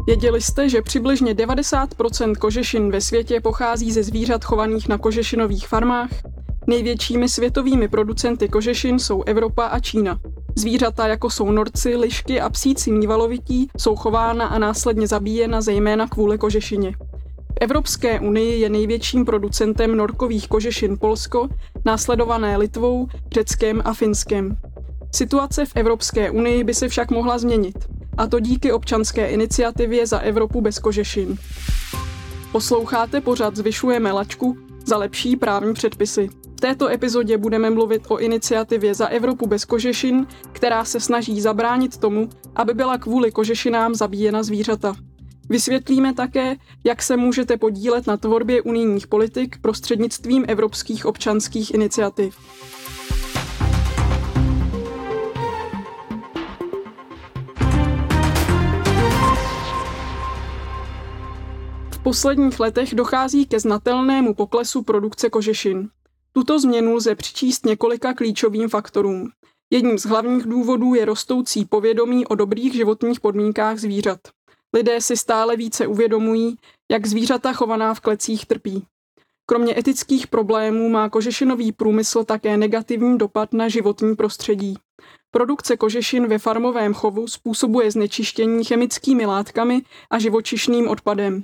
Věděli jste, že přibližně 90% kožešin ve světě pochází ze zvířat chovaných na kožešinových farmách? Největšími světovými producenty kožešin jsou Evropa a Čína. Zvířata, jako jsou norci, lišky a psíci mývalovití, jsou chována a následně zabíjena zejména kvůli kožešině. V Evropské unii je největším producentem norkových kožešin Polsko, následované Litvou, Řeckem a Finskem. Situace v Evropské unii by se však mohla změnit, a to díky občanské iniciativě Za Evropu bez kožešin. Posloucháte pořad Zvyšujeme laťku za lepší právní předpisy. V této epizodě budeme mluvit o iniciativě Za Evropu bez kožešin, která se snaží zabránit tomu, aby byla kvůli kožešinám zabíjena zvířata. Vysvětlíme také, jak se můžete podílet na tvorbě unijních politik prostřednictvím evropských občanských iniciativ. V posledních letech dochází ke znatelnému poklesu produkce kožešin. Tuto změnu lze přičíst několika klíčovým faktorům. Jedním z hlavních důvodů je rostoucí povědomí o dobrých životních podmínkách zvířat. Lidé si stále více uvědomují, jak zvířata chovaná v klecích trpí. Kromě etických problémů má kožešinový průmysl také negativní dopad na životní prostředí. Produkce kožešin ve farmovém chovu způsobuje znečištění chemickými látkami a živočišným odpadem.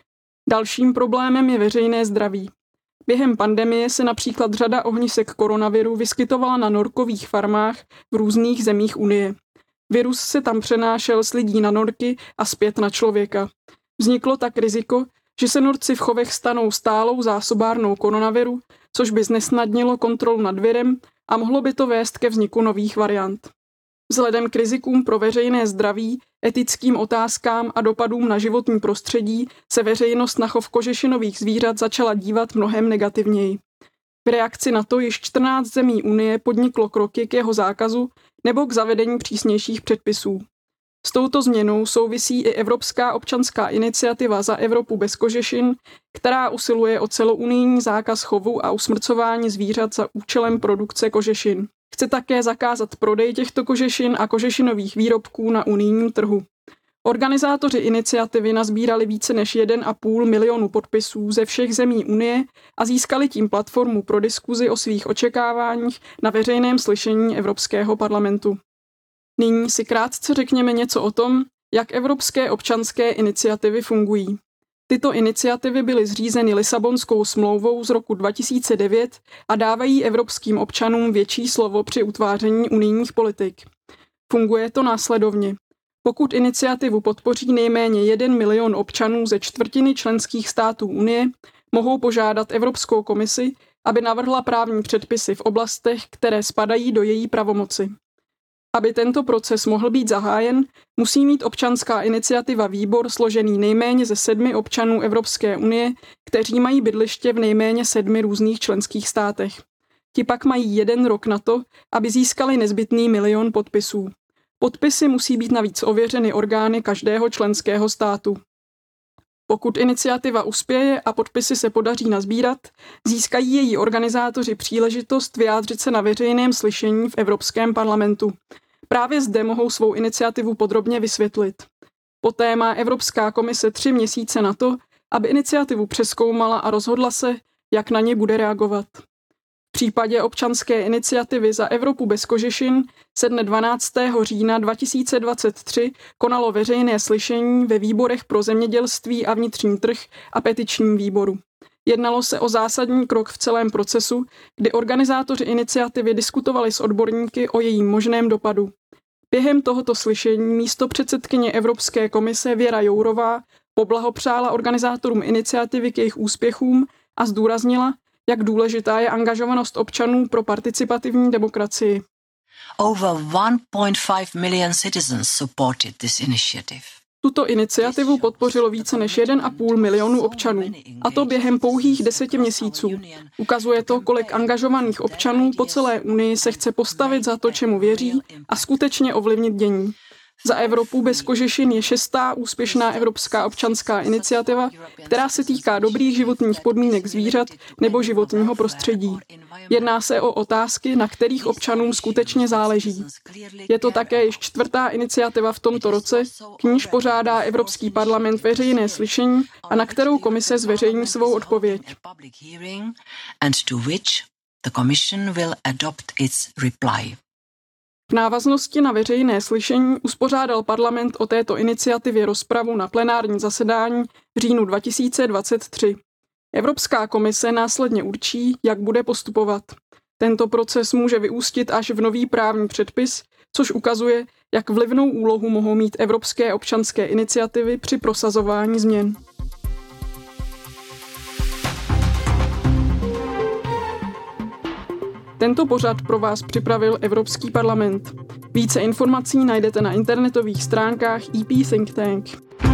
Dalším problémem je veřejné zdraví. Během pandemie se například řada ohnisek koronaviru vyskytovala na norkových farmách v různých zemích Unie. Virus se tam přenášel z lidí na norky a zpět na člověka. Vzniklo tak riziko, že se norci v chovech stanou stálou zásobárnou koronaviru, což by znesnadnilo kontrolu nad virem a mohlo by to vést ke vzniku nových variant. Vzhledem k rizikům pro veřejné zdraví, etickým otázkám a dopadům na životní prostředí se veřejnost na chov kožešinových zvířat začala dívat mnohem negativněji. V reakci na to již 14 zemí Unie podniklo kroky k jeho zákazu nebo k zavedení přísnějších předpisů. S touto změnou souvisí i Evropská občanská iniciativa Za Evropu bez kožešin, která usiluje o celounijní zákaz chovu a usmrcování zvířat za účelem produkce kožešin. Chce také zakázat prodej těchto kožešin a kožešinových výrobků na unijním trhu. Organizátoři iniciativy nazbírali více než 1,5 milionu podpisů ze všech zemí Unie a získali tím platformu pro diskuzi o svých očekáváních na veřejném slyšení Evropského parlamentu. Nyní si krátce řekněme něco o tom, jak evropské občanské iniciativy fungují. Tyto iniciativy byly zřízeny Lisabonskou smlouvou z roku 2009 a dávají evropským občanům větší slovo při utváření unijních politik. Funguje to následovně. Pokud iniciativu podpoří nejméně 1 milion občanů ze čtvrtiny členských států Unie, mohou požádat Evropskou komisi, aby navrhla právní předpisy v oblastech, které spadají do její pravomoci. Aby tento proces mohl být zahájen, musí mít občanská iniciativa výbor složený nejméně ze 7 občanů Evropské unie, kteří mají bydliště v nejméně 7 různých členských státech. Ti pak mají 1 rok na to, aby získali nezbytný 1 milion podpisů. Podpisy musí být navíc ověřeny orgány každého členského státu. Pokud iniciativa uspěje a podpisy se podaří nasbírat, získají její organizátoři příležitost vyjádřit se na veřejném slyšení v Evropském parlamentu. Právě zde mohou svou iniciativu podrobně vysvětlit. Poté má Evropská komise 3 měsíce na to, aby iniciativu přezkoumala a rozhodla se, jak na ně bude reagovat. V případě občanské iniciativy Za Evropu bez kožešin se dne 12. října 2023 konalo veřejné slyšení ve výborech pro zemědělství a vnitřní trh a petičním výboru. Jednalo se o zásadní krok v celém procesu, kdy organizátoři iniciativy diskutovali s odborníky o jejím možném dopadu. Během tohoto slyšení místopředsedkyně Evropské komise Věra Jourová poblahopřála organizátorům iniciativy k jejich úspěchům a zdůraznila, jak důležitá je angažovanost občanů pro participativní demokracii. Over 1.5 million citizens supported this initiative. Tuto iniciativu podpořilo více než 1,5 milionu občanů, a to během pouhých 10 měsíců. Ukazuje to, kolik angažovaných občanů po celé Unii se chce postavit za to, čemu věří, a skutečně ovlivnit dění. Za Evropu bez kožešin je 6. úspěšná evropská občanská iniciativa, která se týká dobrých životních podmínek zvířat nebo životního prostředí. Jedná se o otázky, na kterých občanům skutečně záleží. Je to také již 4. iniciativa v tomto roce, k níž pořádá Evropský parlament veřejné slyšení a na kterou komise zveřejní svou odpověď. V návaznosti na veřejné slyšení uspořádal parlament o této iniciativě rozpravu na plenární zasedání v říjnu 2023. Evropská komise následně určí, jak bude postupovat. Tento proces může vyústit až v nový právní předpis, což ukazuje, jak vlivnou úlohu mohou mít evropské občanské iniciativy při prosazování změn. Tento pořad pro vás připravil Evropský parlament. Více informací najdete na internetových stránkách EP Think Tank.